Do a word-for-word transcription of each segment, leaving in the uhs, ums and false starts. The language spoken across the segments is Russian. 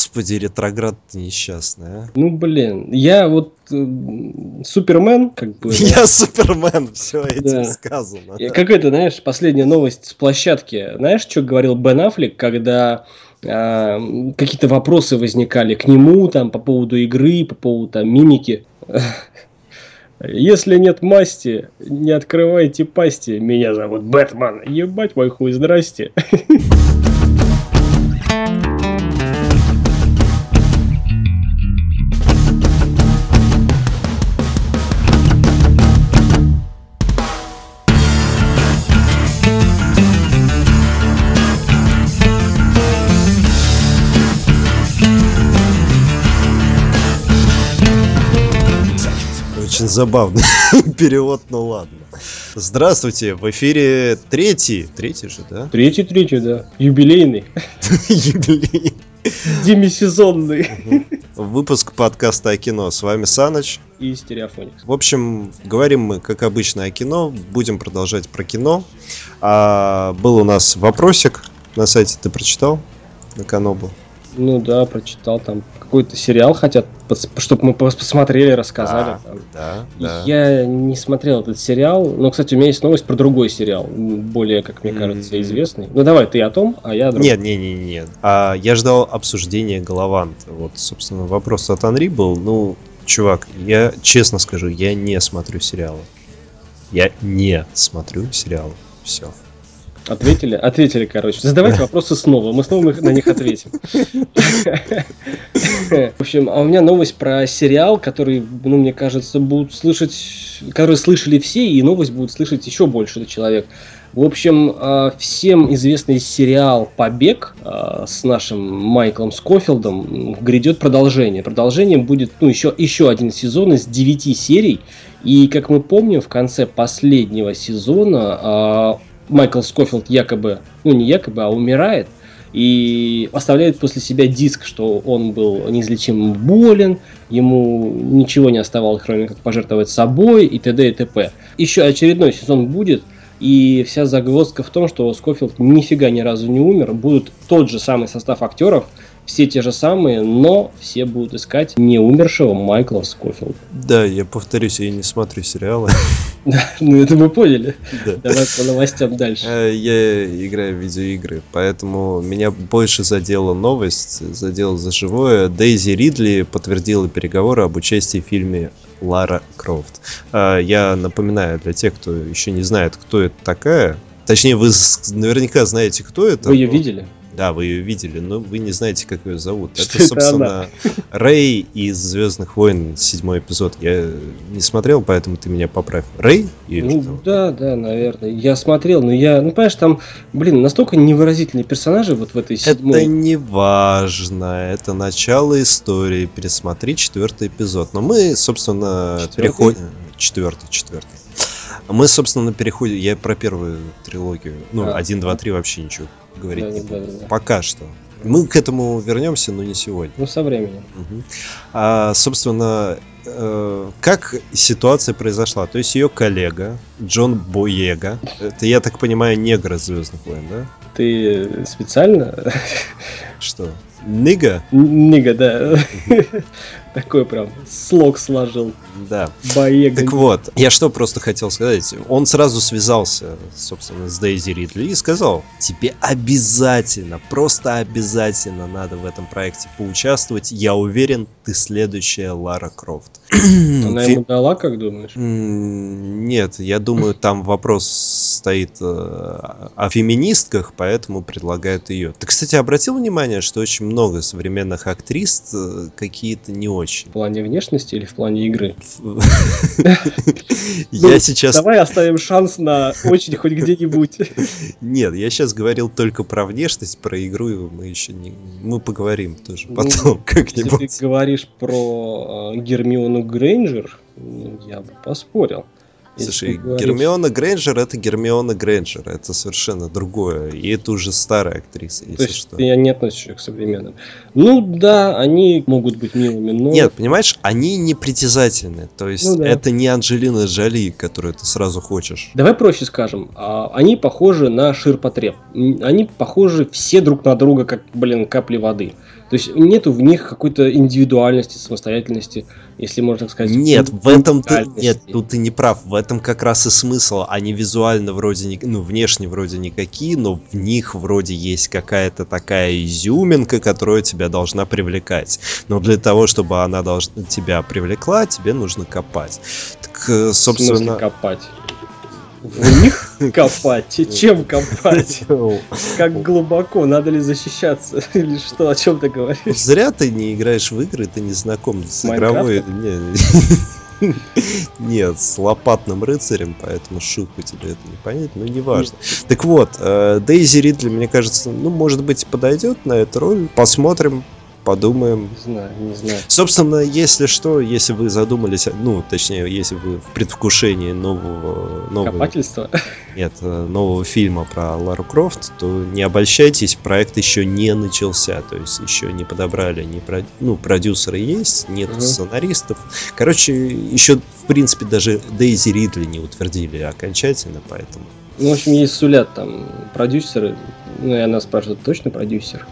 Господи, ретроград несчастный, а. Ну, блин, я вот э, Супермен, как бы... Я Супермен, все, этим сказано. Как это, знаешь, последняя новость с площадки. Знаешь, что говорил Бен Аффлек, когда э, какие-то вопросы возникали к нему там по поводу игры, по поводу там мимики. Если нет масти, не открывайте пасти. Меня зовут Бэтмен. Ебать мой хуй, здрасте. Очень забавный перевод, ну ладно. Здравствуйте, в эфире третий, третий же, да? Третий, третий, да. Юбилейный. Юбилейный. Демисезонный. Выпуск подкаста о кино. С вами Саныч. И Стереофоникс. В общем, говорим мы, как обычно, о кино. Будем продолжать про кино. А, был у нас вопросик на сайте, ты прочитал? На Канобу. Ну да, прочитал, там какой-то сериал хотят, чтобы мы посмотрели, рассказали. Да, да, да. Я не смотрел этот сериал, но, кстати, у меня есть новость про другой сериал, более, как мне кажется, известный. Ну давай, ты о том, а я о другом. Нет, нет, нет, нет. А, я ждал обсуждения Галавант. Вот, собственно, вопрос от Анри был. Ну, чувак, я честно скажу, я не смотрю сериалы. Я не смотрю сериалы. Все. Ответили? Ответили, короче. Задавайте вопросы снова, мы снова на них ответим. В общем, а у меня новость про сериал, который, ну, мне кажется, будут слышать, который слышали все, и новость будут слышать еще больше человек. В общем, всем известный сериал «Побег» с нашим Майклом Скофилдом грядет продолжение. Продолжением будет, ну, еще, еще один сезон из девяти серий. И, как мы помним, в конце последнего сезона Майкл Скофилд якобы, ну не якобы, а умирает и оставляет после себя диск, что он был неизлечимо болен, ему ничего не оставалось, кроме как пожертвовать собой и т.д. и т.п. Еще очередной сезон будет, и вся загвоздка в том, что Скофилд нифига ни разу не умер, будут тот же самый состав актеров, все те же самые, но все будут искать не умершего Майкла Скофилда. Да, я повторюсь, я не смотрю сериалы. Да, ну это мы поняли. Давай по новостям дальше. Я играю в видеоигры, поэтому меня больше задела новость, задела за живое. Дейзи Ридли подтвердила переговоры об участии в фильме Лара Крофт. Я напоминаю для тех, кто еще не знает, кто это такая. Точнее, вы наверняка знаете, кто это. Вы ее видели? Да, вы ее видели, но вы не знаете, как ее зовут. Что это, собственно, это Рэй из «Звездных войн», седьмой эпизод. Я не смотрел, поэтому ты меня поправь. Рэй? Ну, да, да, наверное. Я смотрел, но я... Ну, понимаешь, там, блин, настолько невыразительные персонажи вот в этой седьмой... Это не важно. Это начало истории. Пересмотри четвертый эпизод. Но мы, собственно, переходим... Четвертый, четвертый. Мы, собственно, переходим... Я про первую трилогию. Ну, а, один, два, три вообще ничего говорить да, не буду. Да, да, да. Пока что. Мы к этому вернемся, но не сегодня. Ну, со временем. Угу. А, собственно, э, как ситуация произошла? То есть ее коллега Джон Боега, это, я так понимаю, негр из «Звездных войн», да? Ты специально? Что? Нига? Нига, да. Такой прям слог сложил. Да. Боега. Так вот, я что просто хотел сказать. Он сразу связался, собственно, с Дейзи Ридли и сказал: тебе обязательно, просто обязательно надо в этом проекте поучаствовать. Я уверен, ты следующая Лара Крофт. Она ему дала, как думаешь? Нет, я думаю, там вопрос стоит о феминистках, поэтому предлагают ее. Ты, кстати, обратил внимание, что очень много современных актрис какие-то не очень. В плане внешности или в плане игры? Я сейчас... Давай оставим шанс на очень хоть где-нибудь. Нет, я сейчас говорил только про внешность, про игру мы еще не... Мы поговорим тоже потом как-нибудь. Если ты говоришь про Гермиону Грейнджер, я бы поспорил. Слушай, Гермиона Грейнджер — это Гермиона Грейнджер, это совершенно другое, и это уже старая актриса, если То есть что. Я не отношусь к современным. Ну да, они могут быть милыми, но... Нет, понимаешь, они непритязательны, то есть ну, да. это не Анджелина Джоли, которую ты сразу хочешь. Давай проще скажем, они похожи на ширпотреб, они похожи все друг на друга, как, блин, капли воды. То есть нету в них какой-то индивидуальности, самостоятельности, если можно так сказать. Нет, в этом ты, нет, тут ты не прав. В этом как раз и смысл. Они визуально вроде, не, ну, внешне вроде никакие, но в них вроде есть какая-то такая изюминка, которая тебя должна привлекать. Но для того, чтобы она должна, тебя привлекла, тебе нужно копать. Так, собственно... В смысле копать? В них копать? Чем копать? Как глубоко? Надо ли защищаться? Или что? О чем ты говоришь? Зря ты не играешь в игры, ты не знаком с игровой... Нет, с лопатным рыцарем, поэтому шутку тебе это не понять, но не важно. Так вот, Дейзи Ридли, мне кажется, ну, может быть, подойдет на эту роль. Посмотрим. Подумаем. Не знаю, не знаю. Собственно, если что, если вы задумались, ну, точнее, если вы в предвкушении нового... нового Копательства? Нет, нового фильма про Лару Крофт, то не обольщайтесь, проект еще не начался, то есть еще не подобрали, не про... ну, продюсеры есть, нет угу. сценаристов. Короче, еще, в принципе, даже Дейзи Ридли не утвердили окончательно, поэтому... Ну, в общем, есть сулят там продюсеры, ну, и она спрашивает, точно продюсер?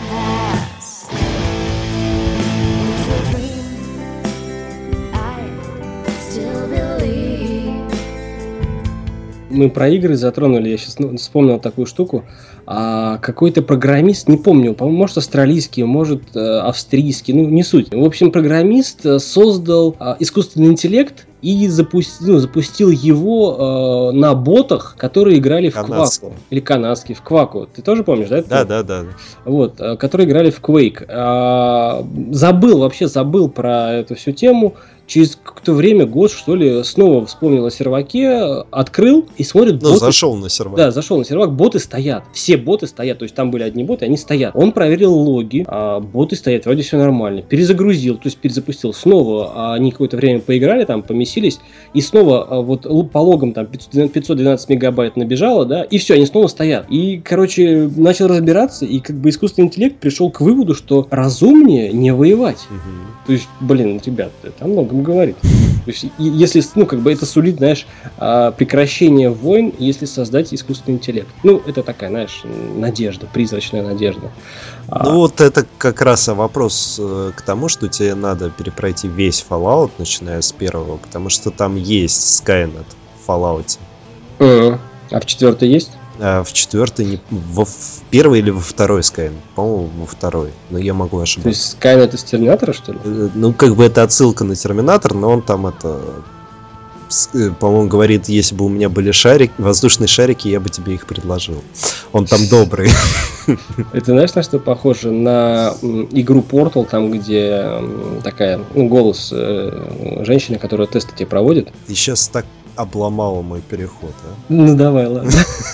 Мы про игры затронули, я сейчас ну, вспомнил такую штуку. А, какой-то программист, не помню, по-моему, может австралийский, может э, австрийский, ну не суть. В общем, программист создал э, искусственный интеллект и запустил, ну, запустил его э, на ботах, которые играли в канадский. Кваку. Или канадский, в Кваку. Ты тоже помнишь, да? Да, да, да. Вот, э, которые играли в Quake. Э, забыл, вообще забыл про эту всю тему. Через какое-то время, год, что ли, снова вспомнил о серваке, открыл и смотрит... Ну, боты... зашел на сервак. Да, зашел на сервак, боты стоят. Все боты стоят, то есть там были одни боты, они стоят. Он проверил логи, а боты стоят, вроде все нормально. Перезагрузил, то есть перезапустил. Снова а они какое-то время поиграли, там, помесились, и снова а, вот по логам там пятьсот двенадцать мегабайт набежало, да, и все, они снова стоят. И, короче, начал разбираться, и как бы искусственный интеллект пришел к выводу, что разумнее не воевать. Угу. То есть, блин, ребят, это много говорит. То есть, если, ну, как бы это сулит, знаешь, прекращение войн, если создать искусственный интеллект. Ну, это такая, знаешь, надежда, призрачная надежда. Ну, а... вот это как раз вопрос к тому, что тебе надо перепройти весь Fallout, начиная с первого, потому что там есть Skynet в Fallout. Mm. А в четвертой есть? А в четвертой, не, во, в первой или во второй Skynet? По-моему, во второй, но я могу ошибаться. То есть Skynet из Терминатора, что ли? Ну, как бы это отсылка на Терминатор, но он там это... По-моему, говорит, если бы у меня были шарики, воздушные шарики, я бы тебе их предложил. Он там добрый. Это знаешь, на что похоже? На игру Portal, там, где такая, ну, голос э, женщины, которая тесты тебе проводит. Ты сейчас так обломала мой переход, а? Ну, давай, ладно.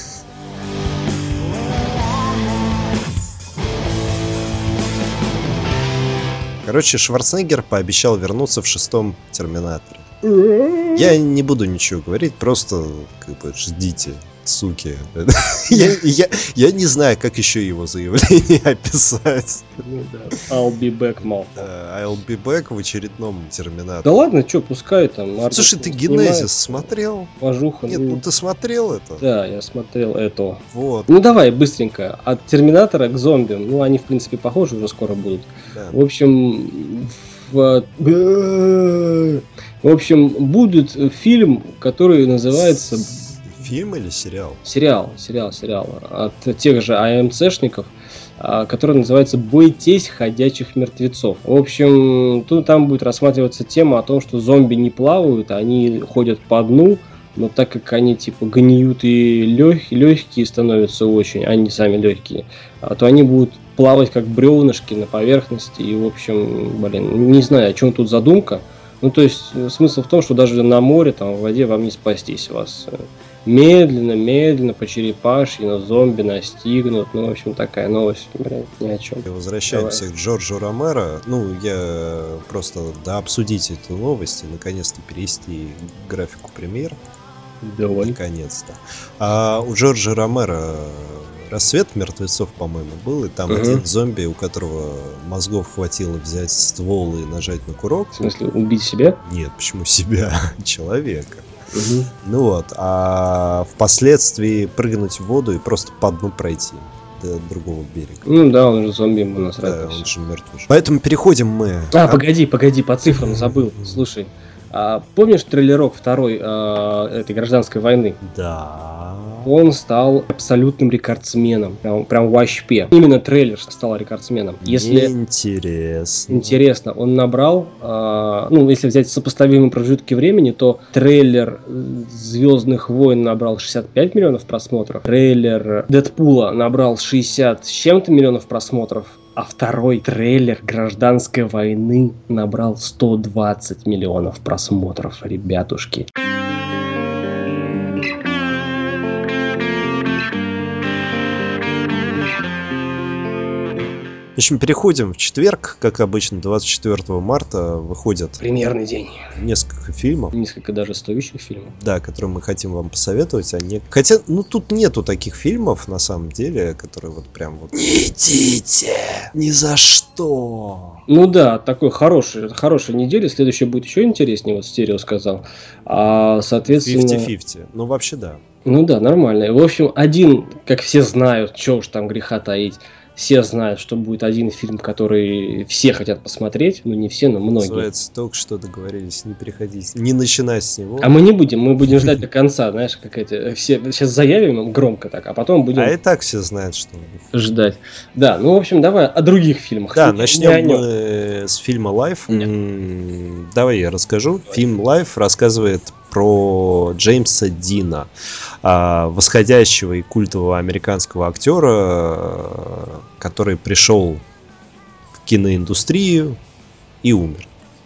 Короче, Шварценеггер пообещал вернуться в шестом Терминаторе. Я не буду ничего говорить, просто как бы ждите, суки. я, я, я не знаю, как еще его заявление описать. Ну, да. I'll be back, мол. Да, I'll be back в очередном Терминаторе. Да ладно, что, пускай там. Слушай, ты Генезис смотрел? Пожуха. Нет, ну ты смотрел это? Да, я смотрел это. Вот. Ну давай быстренько. От Терминатора к зомбиям. Ну они в принципе похожи, уже скоро будут. Да. В общем, в... в общем, будет фильм, который называется... Фильм или сериал? Сериал, сериал, сериал. От тех же АМЦшников, который называется «Бойтесь ходячих мертвецов». В общем, тут там будет рассматриваться тема о том, что зомби не плавают, они ходят по дну, но так как они типа гниют и лег, легкие становятся очень, они сами легкие, то они будут плавать как бревнышки на поверхности. И, в общем, блин, не знаю, о чем тут задумка. Ну, то есть, смысл в том, что даже на море, там, в воде вам не спастись. Вас медленно, медленно по черепашьи, но зомби настигнут. Ну, в общем, такая новость, блядь, ни о чем. Возвращаемся Давай. к Джорджу Ромеро. Ну, я просто, да, обсудить эту новость и, наконец-то, перевести графику премьер. Давай. Наконец-то. А у Джорджа Ромеро «Рассвет мертвецов», по-моему, был, и там uh-huh. один зомби, у которого мозгов хватило взять ствол и нажать на курок. В смысле, убить себя? Нет, почему себя? Человека. Uh-huh. Ну вот, а впоследствии прыгнуть в воду и просто по дну пройти. до другого берега. Ну да, он же зомби, ему насрать. Да, он же мертвый. Поэтому переходим мы... А, погоди, погоди, по цифрам забыл. Слушай, а помнишь трейлерок второй а, этой гражданской войны? Да. Он стал абсолютным рекордсменом. Прям, прям вообще. Именно трейлер стал рекордсменом. Если интересно. Интересно, он набрал, а, ну, если взять сопоставимые промежутки времени, то трейлер Звездных войн набрал шестьдесят пять миллионов просмотров, трейлер Дэдпула набрал шестьдесят с чем-то миллионов просмотров, а второй трейлер Гражданской войны набрал сто двадцать миллионов просмотров, ребятушки. В общем, переходим в четверг, как обычно, двадцать четвёртого марта выходят Премьерный день. Несколько фильмов. Несколько даже стоящих фильмов. Да, которые мы хотим вам посоветовать. Они... Хотя, ну, тут нету таких фильмов, на самом деле, которые вот прям вот... Не идите! Ни за что! Ну да, такой хороший, хорошая неделя. Следующая будет еще интереснее, вот Стерео сказал. А, соответственно... пятьдесят на пятьдесят. Ну, вообще, да. Ну да, нормально. В общем, один, как все знают, что уж там греха таить, все знают, что будет один фильм, который все хотят посмотреть. Ну, не все, но многие. Называется, только что договорились, не переходить, не начинать с него. А мы не будем, мы будем ждать до конца, знаешь, как эти, все сейчас заявим громко так, а потом будем... А и так все знают, что... Ждать. Да, ну, в общем, давай о других фильмах. Да, начнем мы с фильма «Лайф». М-м, давай я расскажу. Фильм «Лайф» рассказывает про Джеймса Дина, восходящего и культового американского актера, который пришел в киноиндустрию и умер.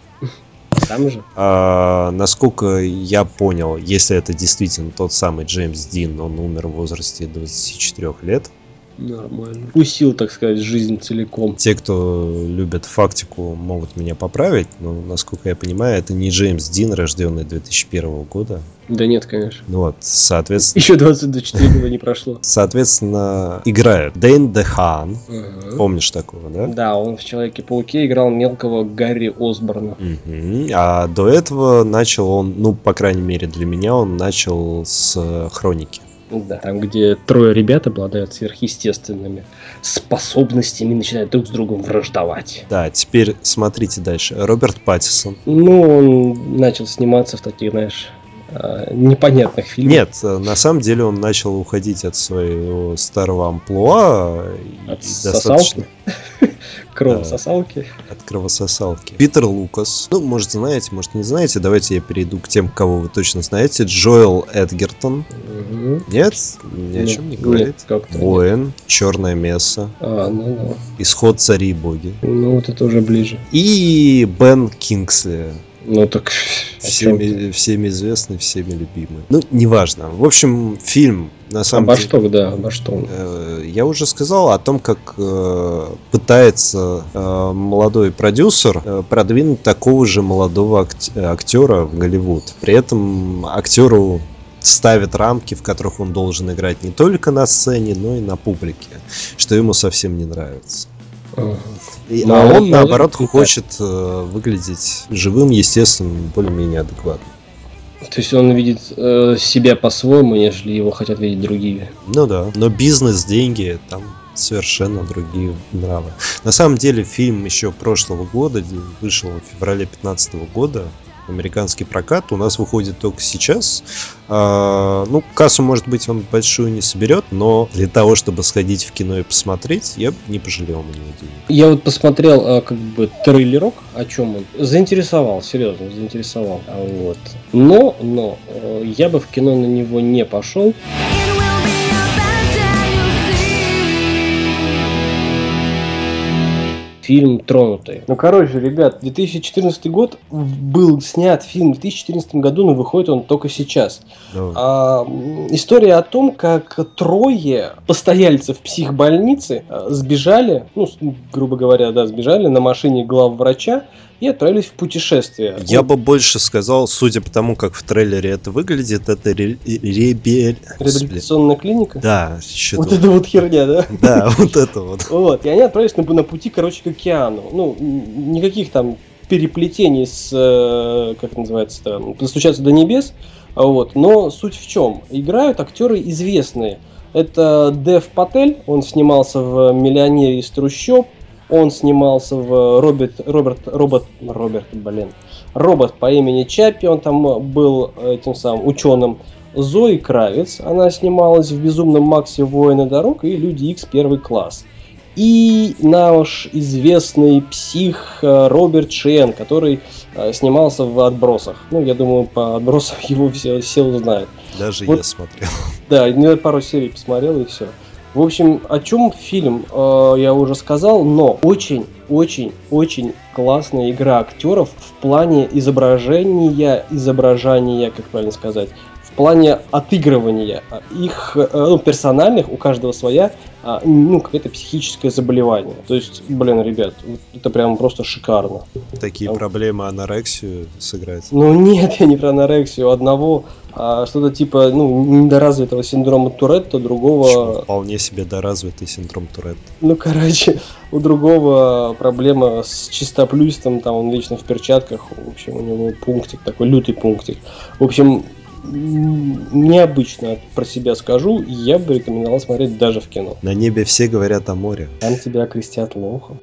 Там же? А, насколько я понял, если это действительно тот самый Джеймс Дин, он умер в возрасте двадцати четырёх лет. Нормально. Вкусил, так сказать, жизнь целиком. Те, кто любит фактику, могут меня поправить, но, насколько я понимаю, это не Джеймс Дин, рожденный две тысячи первого года. Да нет, конечно. Ну вот, соответственно... Еще двадцать четыре года не прошло. Соответственно, играют Дэйн Дехан. Угу. Помнишь такого, да? Да, он в Человеке-пауке играл мелкого Гарри Осборна. Угу. А до этого начал он, ну, по крайней мере для меня, он начал с Хроники. Да, там, где трое ребят обладают сверхъестественными способностями и начинают друг с другом враждовать. Да, теперь смотрите дальше. Роберт Паттинсон. Ну, он начал сниматься в таких, знаешь, непонятных фильмах. Нет, на самом деле он начал уходить от своего старого амплуа. От достаточно... Кровососалки. Да, от кровососалки. Питер Лукас. Ну, может, знаете, может, не знаете. Давайте я перейду к тем, кого вы точно знаете. Джоэл Эдгертон. Угу. Нет? Ни о чем не говорит. Воин. Черное место. А, ну да. Исход цари и боги. Ну, вот это уже ближе. И Бен Кингсли. Ну так всеми, всеми известный, всеми любимый. Ну, неважно. В общем, фильм на самом обо деле. Что, да, обо что? Э, я уже сказал о том, как э, пытается э, молодой продюсер э, продвинуть такого же молодого акт- актера в Голливуд. При этом актеру ставит рамки, в которых он должен играть не только на сцене, но и на публике, что ему совсем не нравится. И, а он, он наоборот, хочет э, выглядеть живым, естественным, более-менее адекватным. То есть он видит э, себя по-своему, нежели его хотят видеть другие. Ну да, но бизнес, деньги, там совершенно другие нравы. На самом деле фильм еще прошлого года, вышел в феврале две тысячи пятнадцатого года, американский прокат, у нас выходит только сейчас. А, ну, кассу, может быть, он большую не соберет, но для того, чтобы сходить в кино и посмотреть, я бы не пожалел на него денег. Я вот посмотрел как бы трейлерок, о чем он. Заинтересовал, серьезно, заинтересовал. Вот. Но, но, я бы в кино на него не пошел. Фильм «Тронутые». Ну, короче, ребят, две тысячи четырнадцатый год был снят фильм, в две тысячи четырнадцатом году, но выходит он только сейчас. Да. А, история о том, как трое постояльцев психбольницы сбежали, ну, грубо говоря, да, сбежали на машине главврача и отправились в путешествие. Я вот. бы больше сказал, судя по тому, как в трейлере это выглядит, это ре- ребель... Реабилитационная клиника? Да. Вот это вот херня, да? Да, вот это вот. Вот, и они отправились на, на пути, короче, к океану. Ну, никаких там переплетений с, как это называется-то, «Достучаться до небес». Вот. Но суть в чем? Играют актеры известные. Это Дев Патель, он снимался в «Миллионере из трущоб», он снимался в Роберт, Роберт, Робот, Роберт, блин, робот по имени Чаппи, он там был этим самым ученым. Зои Кравец, она снималась в «Безумном Максе. Воины дорог» и «Люди Икс. Первый класс». И наш известный псих Роберт Шиен, который снимался в «Отбросах». Ну, я думаю, по «Отбросам» его все, все узнают. Даже вот, я смотрел. Да, я пару серий посмотрел и все. В общем, о чем фильм, э, я уже сказал, но очень-очень-очень классная игра актеров в плане изображения, изображения, как правильно сказать, в плане отыгрывания их, э, ну, персональных, у каждого своя, э, ну, какое-то психическое заболевание. То есть, блин, ребят, это прям просто шикарно. Такие Там... проблемы анорексию сыграть? Ну нет, я не про анорексию, одного... А что-то типа, ну, недоразвитого синдрома Туретта, другого... Почему? Вполне себе доразвитый синдром Туретта. Ну, короче, у другого проблема с чистоплюйством, там он вечно в перчатках, в общем, у него пунктик такой, лютый пунктик. В общем, необычно про себя скажу, я бы рекомендовал смотреть даже в кино. На небе все говорят о море. Там тебя крестят лохом.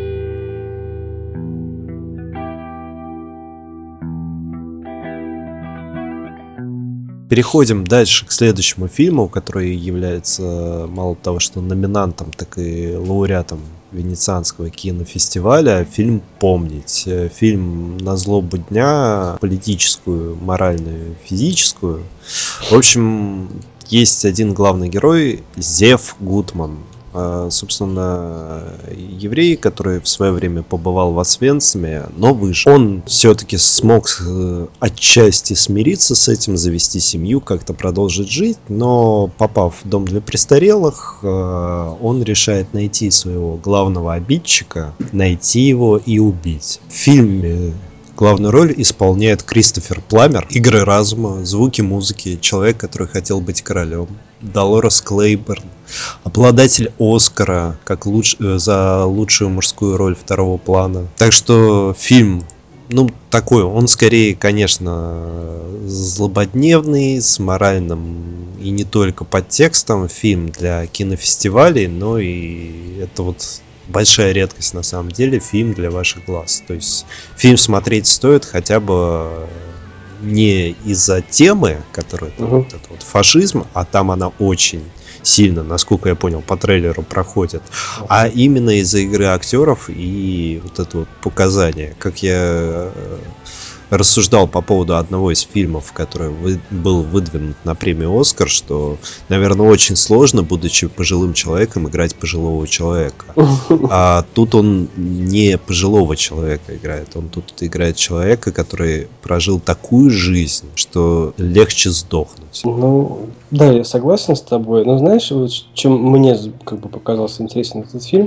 Переходим дальше к следующему фильму, который является мало того, что номинантом, так и лауреатом Венецианского кинофестиваля. Фильм «Помнить». Фильм на злобу дня, политическую, моральную, физическую. В общем, есть один главный герой, Зев Гутман. Собственно, еврей, который в свое время побывал в Освенциме, но выжил. Он все-таки смог отчасти смириться с этим, завести семью, как-то продолжить жить, но попав в дом для престарелых, он решает найти своего главного обидчика, найти его и убить. В фильме главную роль исполняет Кристофер Пламмер. «Игры разума», «Звуки музыки», «Человек, который хотел быть королем», Долорес Клейборн, обладатель Оскара как луч... за лучшую мужскую роль второго плана. Так что фильм, ну, такой, он скорее, конечно, злободневный, с моральным и не только подтекстом. Фильм для кинофестивалей, но и это вот большая редкость на самом деле, фильм для ваших глаз. То есть фильм смотреть стоит хотя бы не из-за темы, которая uh-huh. вот этот вот фашизм, а там она очень сильно, насколько я понял, по трейлеру проходит, uh-huh. а именно из-за игры актеров и вот это вот показания. Как я рассуждал по поводу одного из фильмов, который вы, был выдвинут на премию «Оскар», что, наверное, очень сложно, будучи пожилым человеком, играть пожилого человека. А тут он не пожилого человека играет, он тут играет человека, который прожил такую жизнь, что легче сдохнуть. Ну, да, я согласен с тобой, но знаешь, вот чем мне как бы показался интересен этот фильм,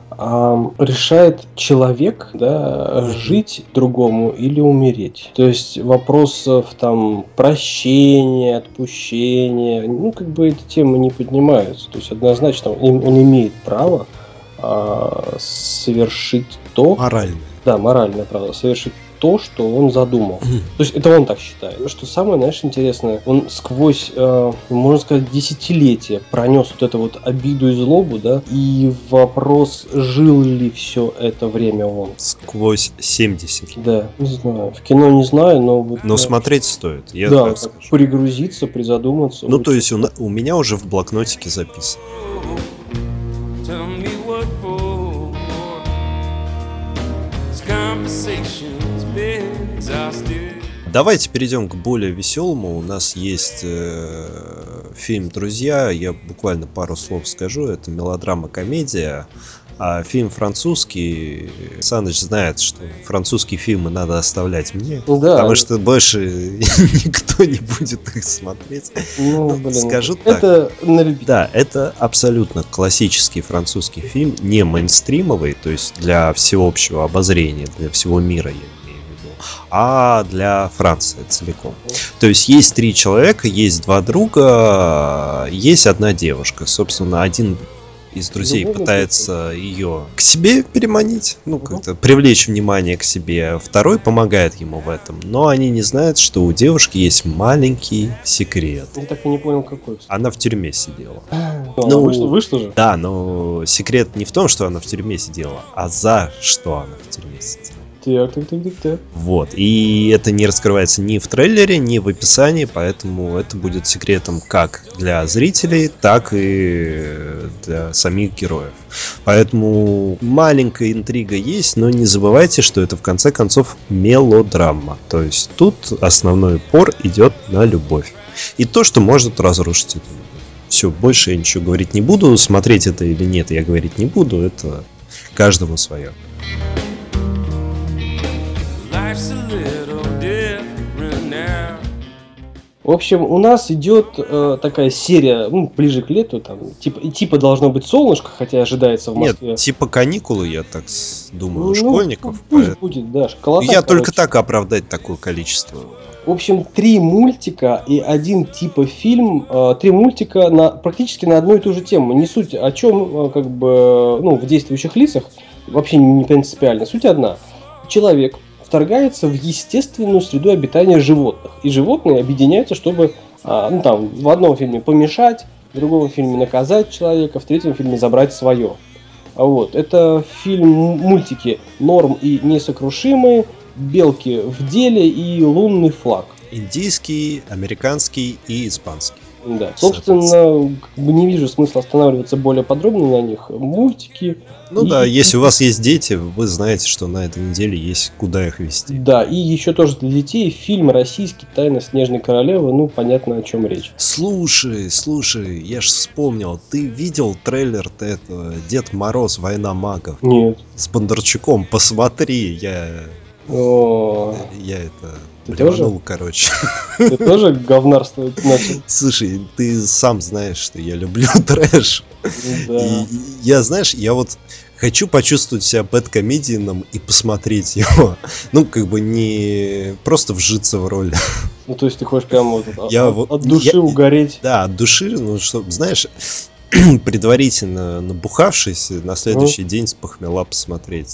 решает человек, да, жить другому или умереть. То есть вопросов там прощения, отпущения, ну как бы эти темы не поднимаются. То есть однозначно он, он имеет право а, совершить то. Моральное. Да, моральное право совершить то, что он задумал. То есть это он так считает. Что самое, знаешь, интересное, он сквозь, э, можно сказать, десятилетия пронес вот эту вот обиду и злобу, да, и вопрос, жил ли все это время он. Сквозь семьдесят. Да, не знаю. В кино не знаю, но... Вот, но да, смотреть стоит, я да, так так скажу. Пригрузиться, призадуматься. Ну, то есть у, у меня уже в блокнотике записано. Давайте перейдем к более веселому. У нас есть э, фильм «Друзья». Я буквально пару слов скажу. Это мелодрама-комедия. А фильм французский. Саныч знает, что французские фильмы надо оставлять мне. Да. Потому что больше никто не будет их смотреть. Ну, блин, скажу это так. На любителя. Да, это абсолютно классический французский фильм, не мейнстримовый, то есть для всеобщего обозрения, для всего мира, я имею в виду, а для Франции целиком. То есть есть три человека, есть два друга, есть одна девушка. Собственно, один из друзей Любовный пытается ее к себе переманить, ну, Угу. как-то привлечь внимание к себе. Второй помогает ему в этом. Но они не знают, что у девушки есть маленький секрет. Я так и не понял, какой. кстати. Она в тюрьме сидела. Она Ну, вышла, вышла же? Да, но секрет не в том, что она в тюрьме сидела, а за что она в тюрьме сидела. Так, так, так, так, так. Вот. И это не раскрывается ни в трейлере, ни в описании, поэтому это будет секретом как для зрителей, так и для самих героев. Поэтому маленькая интрига есть, но не забывайте, что это в конце концов мелодрама. То есть тут основной упор идет на любовь. И то, что может разрушить эту любовь. Все, больше я ничего говорить не буду. Смотреть это или нет, я говорить не буду. Это каждому свое. Life's a little different now. В общем, у нас идет э, такая серия, ну, ближе к лету, там, типа, типа должно быть солнышко, хотя ожидается в Москве. Нет, типа каникулы, я так с- думаю, Ну, школьников. Пусть поэт- будет, да, шоколада. Я только короче. так оправдать такое количество. В общем, три мультика и один типа фильм, э, три мультика на, практически на одну и ту же тему. Не суть о чем, э, как бы, ну, в действующих лицах, вообще не принципиально. Суть одна. Человек вторгается в естественную среду обитания животных. И животные объединяются, чтобы, а, ну, там, в одном фильме помешать, в другом фильме наказать человека, в третьем фильме забрать свое. А вот, это фильм, мультики «Норм и несокрушимые», «Белки в деле» и «Лунный флаг». Индийский, американский и испанский. Да. Собственно, как бы не вижу смысла останавливаться более подробно на них. Мультики. Ну И- да, если у вас есть дети, вы знаете, что на этой неделе есть куда их вести. Да, и еще тоже для детей фильм российский «Тайна Снежной Королевы». Ну, понятно, о чем речь. Слушай, слушай, я ж вспомнил, ты видел трейлер-то этого «Дед Мороз. Война магов» Нет. с Бондарчуком? Посмотри, я, О, я это Ты блеванул, короче. ты тоже говнарствовать начал? Слушай, ты сам знаешь, что я люблю трэш. Да. И я, знаешь, я вот хочу почувствовать себя бэдкомедианом и посмотреть его. Ну, как бы не просто вжиться в роль. Ну, то есть ты хочешь прямо вот от, Я от- вот- от души я- угореть. Да, от души, ну, что, знаешь, предварительно набухавшись, на следующий день с похмела посмотреть.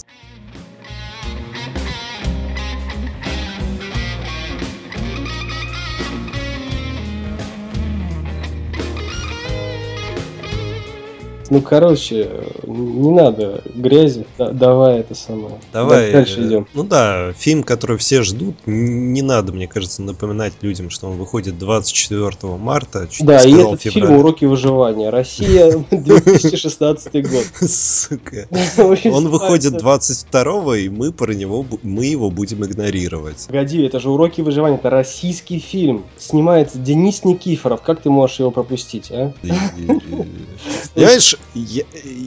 Ну, короче, не надо грязи. Да- давай это самое. Давай. Дальше э, идем. Ну да, фильм, который все ждут. н- Не надо, мне кажется, напоминать людям, что он выходит двадцать четвёртого марта. Чуть Да, не и сказал этот фильм февраля. «Уроки выживания». Россия, две тысячи шестнадцатый год. Сука. Очень Он выходит нравится. двадцать второго, и мы про него бу- мы его будем игнорировать. Погоди, это же «Уроки выживания», это российский фильм. Снимается Денис Никифоров. Как ты можешь его пропустить, а? И- Понимаешь, я,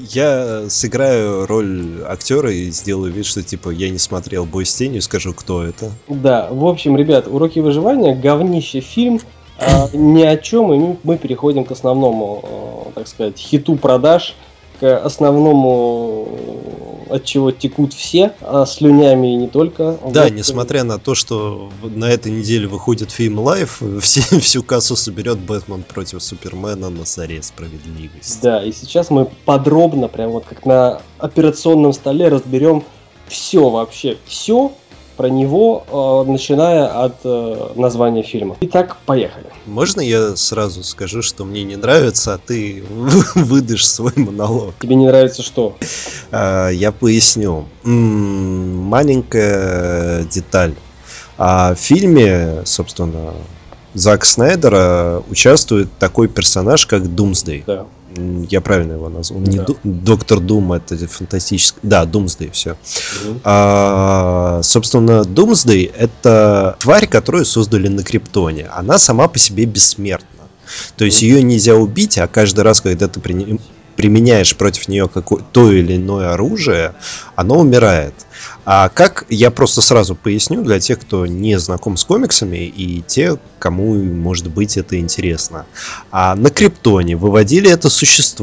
я сыграю роль актера и сделаю вид, что типа я не смотрел «Бой с тенью», и скажу, кто это. Да, в общем, ребят, «Уроки выживания» говнище фильм, а, ни о чем, и мы, мы переходим к основному, э, так сказать, хиту продаж, к основному, э, от чего текут все, а слюнями и не только. Да, Вот, несмотря на то, что в- на этой неделе выходит фильм «Лайф», все, всю кассу соберет «Бэтмен против Супермена» на заре справедливости. Да, и сейчас мы подробно, прям вот как на операционном столе, разберем все вообще, все про него, э, начиная от э, названия фильма. Итак, поехали. Можно я сразу скажу, что мне не нравится, а ты выдашь свой монолог? Тебе не нравится что? А, Я поясню. М, Маленькая деталь. А в фильме, собственно, Зака Снайдера участвует такой персонаж, как Думсдей. Да. М, Я правильно его назвал. Не Да. Ду- Доктор Дум, это фантастический. Да, Думсдей, все. Мгм. А, собственно, Думсдей — это тварь, которую создали на Криптоне. Она сама по себе бессмертна. То есть ее нельзя убить, а каждый раз, когда ты при- применяешь против нее какое то или иное оружие, оно умирает. А как, я просто сразу поясню для тех, кто не знаком с комиксами и те, кому, может быть, это интересно. А на Криптоне выводили это существо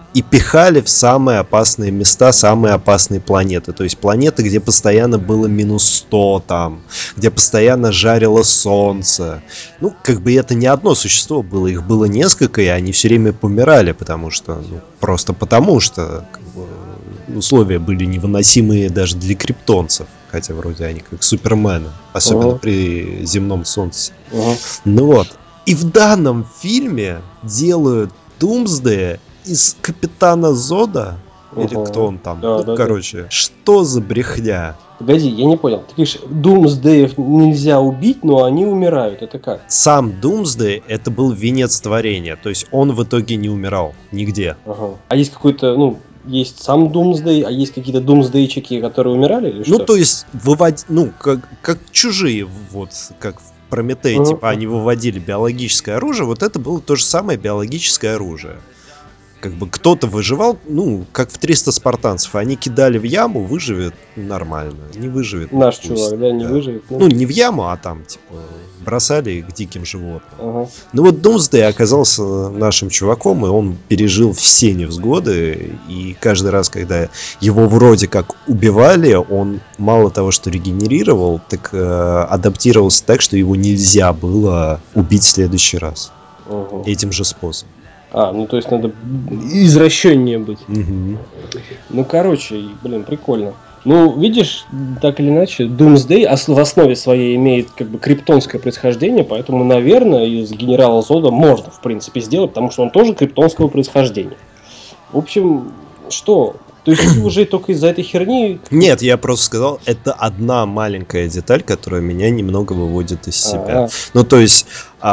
и пихали в самые опасные места, самые опасные планеты. То есть планеты, где постоянно было минус сто там, где постоянно жарило солнце. Ну, как бы это не одно существо было, их было несколько, и они все время помирали, потому что, ну, просто потому что как бы, условия были невыносимые даже для криптонцев. Хотя вроде они как супермены, особенно uh-huh. при земном солнце. Uh-huh. Ну вот. И в данном фильме делают Думсдея из Капитана Зода, uh-huh. или кто он там, да, ну, да, короче, да. Что за брехня? Погоди, я не понял. Ты говоришь, Думсдеев нельзя убить, но они умирают, это как? Сам Думсдей это был венец творения, то есть он в итоге не умирал нигде. Uh-huh. А есть какой-то, ну... Есть сам Думсдей, а есть какие-то Думсдейчики, которые умирали или что? Ну, то есть, вывод... ну, как, как чужие, вот, как в Прометее, uh-huh. типа, они выводили биологическое оружие, вот это было то же самое биологическое оружие. Как бы кто-то выживал, ну, как в триста спартанцев, они кидали в яму, выживет нормально, не выживет. Наш пусть, чувак, да, не да. выживет. Ну. ну, не в яму, а там, типа, бросали к диким животным. Ага. Ну вот Думсдей оказался нашим чуваком, и он пережил все невзгоды, и каждый раз, когда его вроде как убивали, он мало того, что регенерировал, так э, адаптировался так, что его нельзя было убить в следующий раз. Ага. Этим же способом. А, ну то есть надо извращеннее быть. Угу. Ну, короче, блин, прикольно. Ну, видишь, так или иначе, Думсдей в основе своей имеет как бы криптонское происхождение, поэтому, наверное, из генерала Зода можно, в принципе, сделать, потому что он тоже криптонского происхождения. В общем, что? То есть ты уже только из-за этой херни... Нет, я просто сказал, это одна маленькая деталь, которая меня немного выводит из себя. А-а-а. Ну, то есть,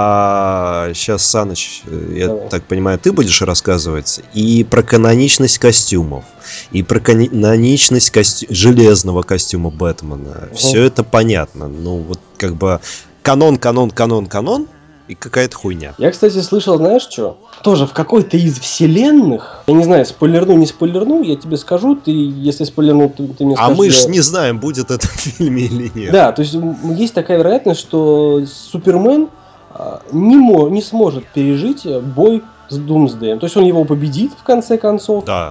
а, сейчас, Саныч, я Давай. так понимаю, ты будешь рассказывать и про каноничность костюмов, и про каноничность костю... железного костюма Бэтмена. Угу. Все это понятно. Ну, вот как бы канон, канон, канон, канон, и какая-то хуйня. Я, кстати, слышал, знаешь что? Тоже в какой-то из вселенных, я не знаю, спойлерну, не спойлерну, я тебе скажу, ты, если спойлерну, ты, ты мне скажешь. А мы ж не знаем, будет это в фильме или нет. Да, то есть есть такая вероятность, что Супермен не, мо- не сможет пережить бой с Думсдеем. То есть он его победит в конце концов. Да.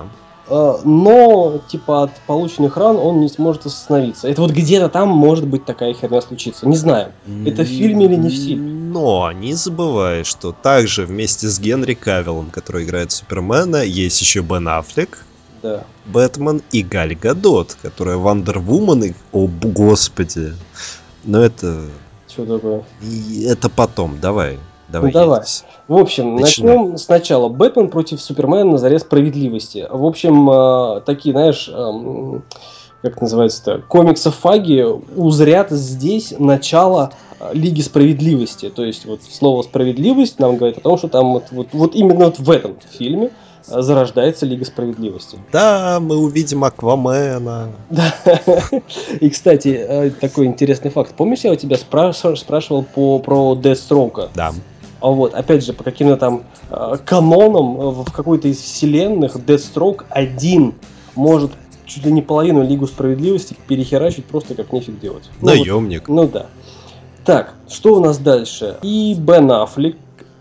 Но, типа, от полученных ран он не сможет остановиться. Это вот где-то там может быть такая херня случится. Не знаю, это в фильме или не в фильме. Но не забывай, что также вместе с Генри Кавиллом, который играет Супермена, есть еще Бен Аффлек, да. Бэтмен и Галь Гадот, которая Вандервумен. И... О, господи. Но это... Что такое? И это потом, давай. Давай. Ну, давай. В общем, начнем. начнем сначала. Бэтмен против Супермена на заре справедливости. В общем, э, такие, знаешь, э, как называется-то, комиксофаги узрят здесь начало Лиги Справедливости. То есть, вот слово «справедливость» нам говорит о том, что там вот, вот, вот именно вот в этом фильме зарождается Лига Справедливости. Да, мы увидим Аквамена. Да. И, кстати, такой интересный факт. Помнишь, я у тебя спрашивал, спрашивал по, про Дестроука? Да. А вот, опять же, по каким-то там э, канонам в какой-то из вселенных Deathstroke один может чуть ли не половину Лигу Справедливости перехерачить просто как нефиг делать. Наемник. Ну, вот, ну да. Так, что у нас дальше? И Бен Аффлек,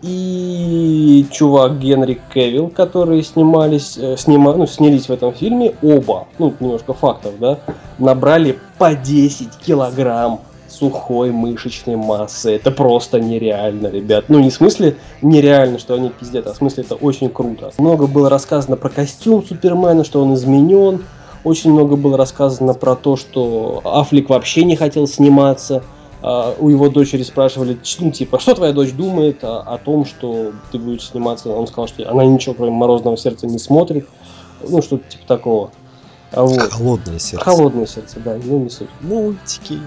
и чувак Генри Кавилл, которые снимались, э, снима, ну, снялись в этом фильме, оба, ну, немножко фактов, да, набрали по десять килограмм сухой мышечной массы. Это просто нереально, ребят. Ну, не в смысле нереально, что они пиздят, а в смысле это очень круто. Много было рассказано про костюм Супермена, что он изменен. Очень много было рассказано про то, что Аффлек вообще не хотел сниматься. А у его дочери спрашивали, ну, типа, что твоя дочь думает о, о том, что ты будешь сниматься. Он сказал, что она ничего, кроме «Морозного сердца» не смотрит. Ну, что-то типа такого. А вот. Холодное сердце. Холодное сердце, да, ну не суть. Мультики.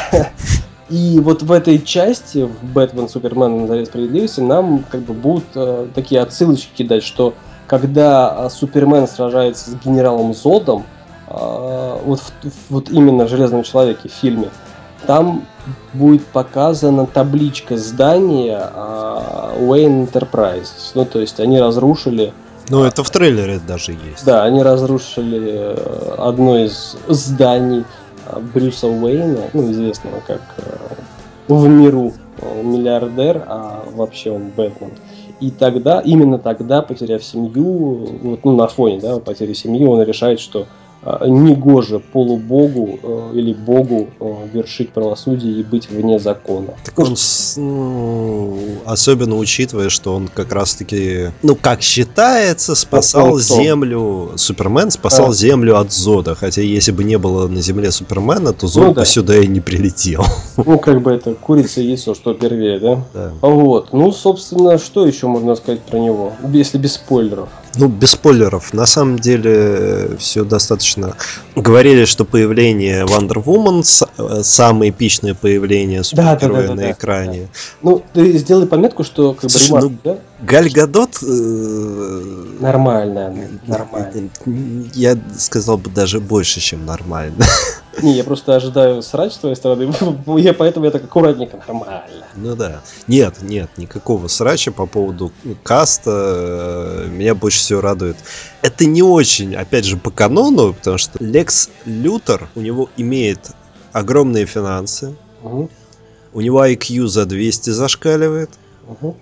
И вот в этой части, в Бэтмен, Супермен на заре справедливости, нам как бы будут э, такие отсылочки кидать, что когда Супермен сражается с генералом Зодом, э, вот, в, вот именно в «Железном человеке» в фильме, там будет показана табличка здания э, Wayne Enterprise. Ну, то есть они разрушили... Ну, это в трейлере даже есть. Да, они разрушили одно из зданий Брюса Уэйна, ну, известного как в миру миллиардер, а вообще он Бэтмен. И тогда, именно тогда, потеряв семью, вот, ну, на фоне, да, потери семьи, он решает, что э, негоже полубогу э, или богу э, вершить правосудие и быть вне закона. Так он, с- ну, особенно учитывая, что он как раз-таки, ну, как считается, спасал кто? Землю, Супермен спасал А. Землю от Зода, хотя если бы не было на Земле Супермена, то Зод Ну бы да. сюда и не прилетел. Ну, как бы это курица и яйцо, что первее, да? Да. Вот. Ну, собственно, что еще можно сказать про него, если без спойлеров? Ну, без спойлеров. На самом деле все достаточно. Говорили, что появление Wonder Woman с- э, самое эпичное появление Да, да, супергероя да, да, на да. экране. Ну, ты сделай пометку, что как бы Слушай, ремарк, ну, да? Галь Гадот, э, Нормально, нормально. я сказал бы даже больше, чем нормально. Не, я просто ожидаю срач с твоей стороны, я поэтому я так аккуратненько, нормально. Ну да. Нет, нет, никакого срача по поводу каста. э, Меня больше всего радует. Это не очень, опять же, по канону, потому что Лекс Лютер, у него имеет огромные финансы, Угу, у него ай кью за двести зашкаливает, угу.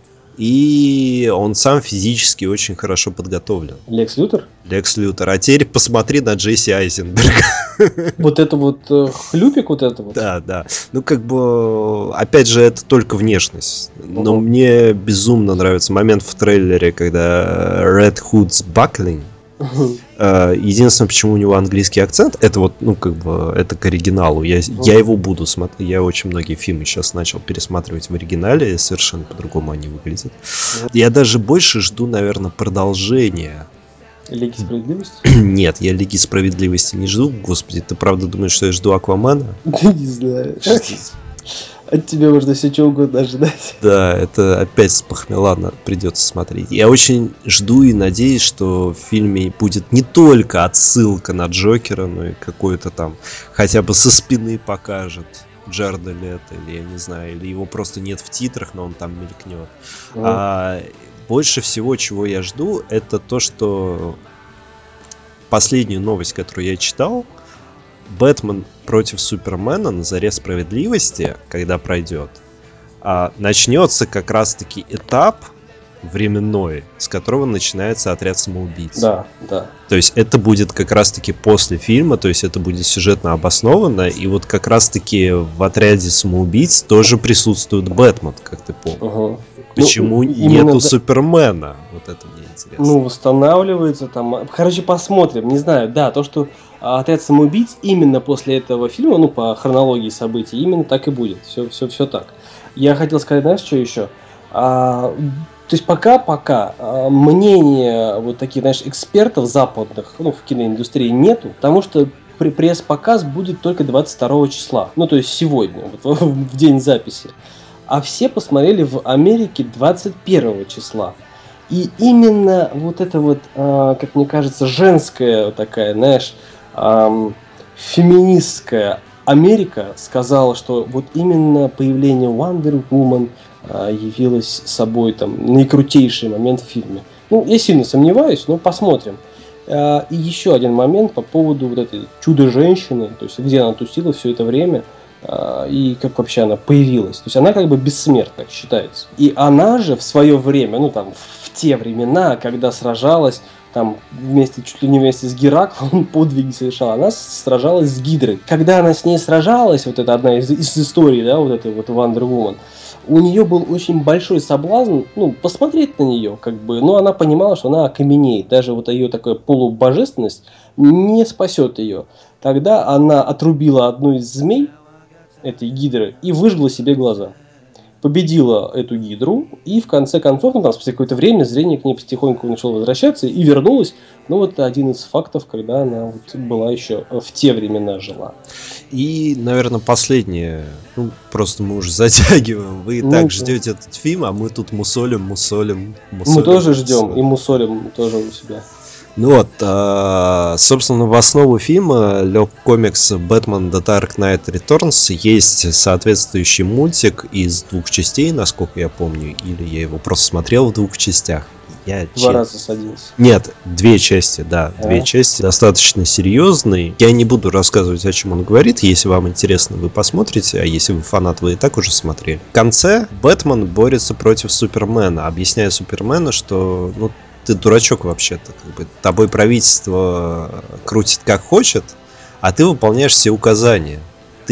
и он сам физически очень хорошо подготовлен. Лекс Лютер? Лекс Лютер. А теперь посмотри на Джесси Айзенберга. Вот это вот э, хлюпик вот это вот? Да, да. Ну, как бы, опять же, это только внешность. Но Мгм. мне безумно нравится момент в трейлере, когда Red Hood's buckling. Мгм. Э, Единственное, почему у него английский акцент, это вот, ну, как бы, это к оригиналу. Я, я его буду смотреть. Я очень многие фильмы сейчас начал пересматривать в оригинале, совершенно по-другому они выглядят. Я даже больше жду, наверное, продолжения. Лиги справедливости? Нет, я Лиги Справедливости не жду. Господи, ты правда думаешь, что я жду Аквамана? Да не знаю. От тебя можно все что угодно ожидать. Да, это опять с похмела надо- придется смотреть. Я очень жду и надеюсь, что в фильме будет не только отсылка на Джокера, но и какой-то там хотя бы со спины покажет Джарда Лето, или я не знаю, или его просто нет в титрах, но он там мелькнет. А больше всего, чего я жду, это то, что последнюю новость, которую я читал, Бэтмен против Супермена на заре справедливости, когда пройдет, а, начнется как раз-таки этап временной, с которого начинается отряд самоубийц. Да, да. То есть это будет как раз-таки после фильма, то есть это будет сюжетно обосновано, и вот как раз-таки в отряде самоубийц тоже присутствует Бэтмен, как ты помнишь. Угу. Почему Ну, именно нету да- Супермена? Вот это мне интересно. Ну, восстанавливается там. Короче, посмотрим. Не знаю, да, то, что а, отряд самоубийц именно после этого фильма, ну, по хронологии событий, именно так и будет. Все, все, все так. Я хотел сказать, знаешь, что еще? А, то есть пока-пока а, мнения вот таких, знаешь, экспертов западных, ну, в киноиндустрии нету, потому что пр- пресс-показ будет только двадцать второго числа. Ну, то есть сегодня, вот, в день записи. А все посмотрели в Америке двадцать первого числа. И именно вот это вот, а, как мне кажется, женская такая, знаешь, ам, феминистская Америка сказала, что вот именно появление Wonder Woman а, явилось собой там наикрутейший момент в фильме. Ну, я сильно сомневаюсь, но посмотрим. А, и еще один момент по поводу вот этой чудо-женщины, то есть где она тусила все это время, а, и как вообще она появилась. То есть она как бы бессмертна, считается. И она же в свое время, ну там в те времена, когда сражалась там вместе, чуть ли не вместе с Гераклом подвиги совершала, она сражалась с Гидрой. Когда она с ней сражалась, вот это одна из, из историй, да, вот этой вот Wonder Woman, у нее был очень большой соблазн, ну, посмотреть на нее, как бы, но она понимала, что она окаменеет, даже вот ее такая полубожественность не спасет ее. Тогда она отрубила одну из змей, этой гидры, и выжгла себе глаза. Победила эту гидру, и в конце концов, ну там спустя какое-то время зрение к ней потихоньку начало возвращаться и вернулось. Ну вот один из фактов, когда она вот была еще в те времена жила. И, наверное, последнее. Ну, просто мы уже затягиваем. Вы и Ну, так да. ждете этот фильм, а мы тут мусолим, мусолим, мусолим. Мы тоже ждем, мусолим. и мусолим тоже у себя. Ну вот, а, собственно, в основу фильма лег комикс Batman The Dark Knight Returns. Есть соответствующий мультик из двух частей, насколько я помню, или я его просто смотрел в двух частях. Я Два че- раза садился. Нет, две части, да, А? две части, достаточно серьезные. Я не буду рассказывать, о чем он говорит. Если вам интересно, вы посмотрите, а если вы фанат, вы и так уже смотрели. В конце Бэтмен борется против Супермена, объясняя Супермену, что, ну, ты дурачок вообще-то, как бы, тобой правительство крутит как хочет, а ты выполняешь все указания.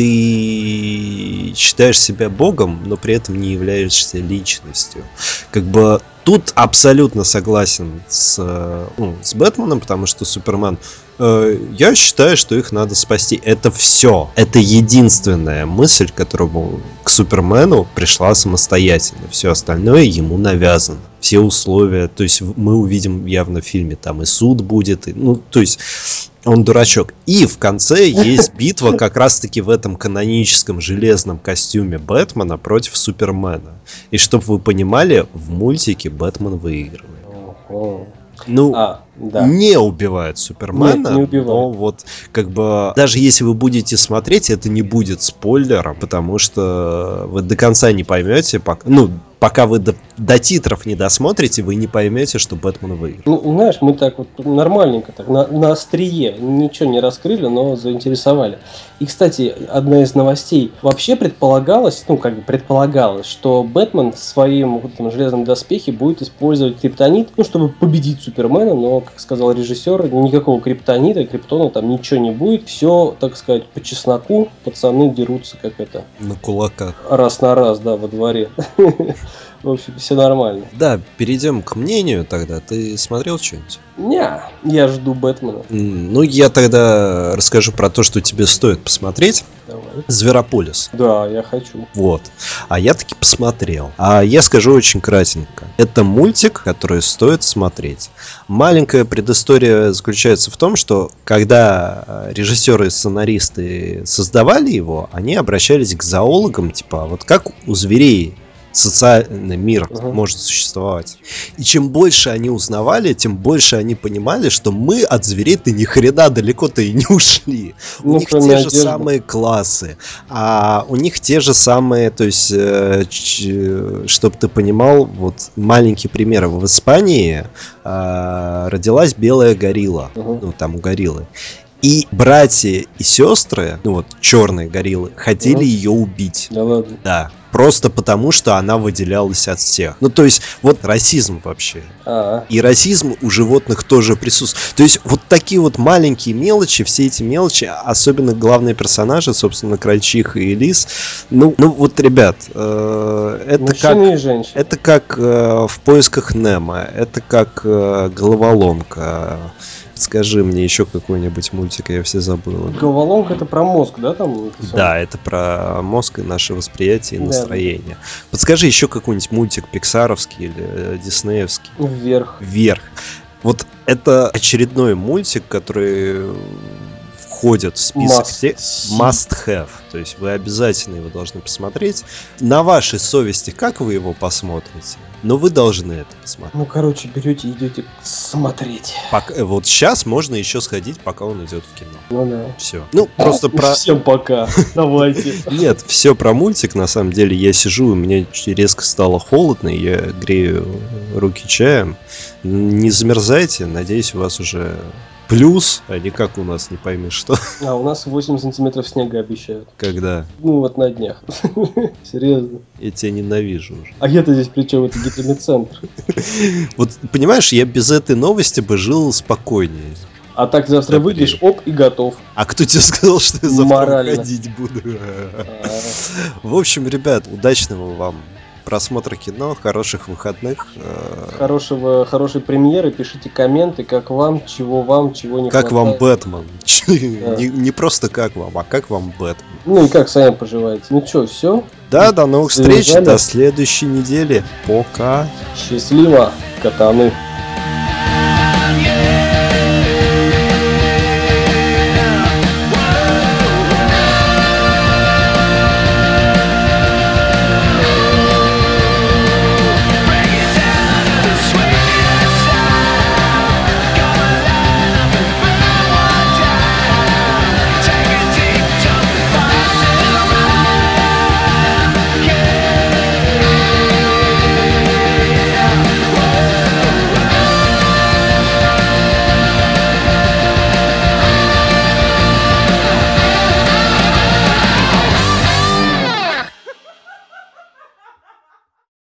Ты считаешь себя богом, но при этом не являешься личностью. Как бы тут абсолютно согласен с, ну, с Бэтменом, потому что Супермен, э, я считаю, что их надо спасти. Это все. Это единственная мысль, которая к Супермену пришла самостоятельно. Все остальное ему навязано. Все условия. То есть мы увидим явно в фильме, там и суд будет. И, ну, то есть он дурачок. И в конце есть битва как раз-таки в этом каноническом железном костюме Бэтмена против Супермена. И чтобы вы понимали, в мультике Бэтмен выигрывает. Ого. Ну, А, да. не убивает Супермена, Нет, не убивает. но вот как бы даже если вы будете смотреть, это не будет спойлером, потому что вы до конца не поймете, пока, ну, пока вы до, до титров не досмотрите, вы не поймете, что Бэтмен выиграл. Ну, знаешь, мы так вот нормальненько, так на, на острие, ничего не раскрыли, но заинтересовали. И, кстати, одна из новостей. Вообще предполагалось, ну, как бы предполагалось, что Бэтмен в своем вот этом железном доспехе будет использовать криптонит, ну, чтобы победить Супермена, но, как сказал режиссер, никакого криптонита, криптона там ничего не будет. Все, так сказать, по чесноку, пацаны дерутся, как это, На кулаках. раз на раз, да, во дворе. В общем, все нормально. Да, перейдем к мнению тогда. Ты смотрел что-нибудь? Не, я жду Бэтмена. М, Ну, я тогда расскажу про то, что тебе стоит посмотреть. Давай. Зверополис. Да, я хочу. Вот. А я таки посмотрел. А я скажу очень кратенько. Это мультик, который стоит смотреть. Маленькая предыстория заключается в том, что когда режиссеры и сценаристы создавали его, они обращались к зоологам, типа, а вот как у зверей социальный мир Ага. может существовать. И чем больше они узнавали, тем больше они понимали, что мы от зверей-то ни хрена далеко-то и не ушли. У Ну, них кроме те же одежды. самые классы, а у них те же самые, то есть, чтобы ты понимал, вот маленький пример. В Испании э, родилась белая горилла, Ага. ну там у гориллы. И братья и сестры, ну вот черные гориллы, хотели Ага. ее убить. Да ладно. Да. Просто потому, что она выделялась от всех. Ну, то есть, вот расизм вообще. А, И расизм у животных тоже присутствует. То есть, вот такие вот маленькие мелочи, все эти мелочи, особенно главные персонажи, собственно, Крольчиха и Лис. Ну, ну вот, ребят, э, это как... мужчины и женщины. Это как э, в поисках Немо, это как э, головоломка. Скажи мне еще какой-нибудь мультик, я все забыл. Головоломка это про мозг, да, там? это всё? Да, это про мозг и наше восприятие и Да. настроение. Подскажи еще какой-нибудь мультик пиксаровский или э, диснеевский. Вверх. Вверх. Вот это очередной мультик, который входит в список Must те- see. must have. То есть вы обязательно его должны посмотреть. На вашей совести, как вы его посмотрите, но вы должны это посмотреть. Ну, короче, берете и идете смотреть. Пока- э, вот сейчас можно еще сходить, пока он идет в кино. Ну да. Все. Ну, просто про... Всем пока. Давайте. Нет, все про мультик, на самом деле. Я сижу, и мне резко стало холодно, и я грею руки чаем. Не замерзайте, надеюсь, у вас уже плюс, а не как у нас, не пойми что. А у нас восемь сантиметров снега обещают. Когда Ну, вот на днях. Серьезно. я тебя ненавижу уже. А я-то здесь при чем? Это гидромедцентр. Вот, понимаешь, я без этой новости бы жил спокойнее. А так завтра Да, выйдешь, блин. оп, и готов. А кто тебе сказал, что я завтра Морально. ходить буду? А, В общем, ребят, удачного вам просмотра кино, хороших выходных. э, Хорошего, хорошей премьеры, пишите комменты, как вам, чего вам, чего не Как вам хватает. Бэтмен? Не, не просто как вам, а как вам Бэтмен? Ну и как сами поживаете. Ну что, все? Да, до новых встреч, Завязали? до следующей недели. Пока. Счастливо, катаны.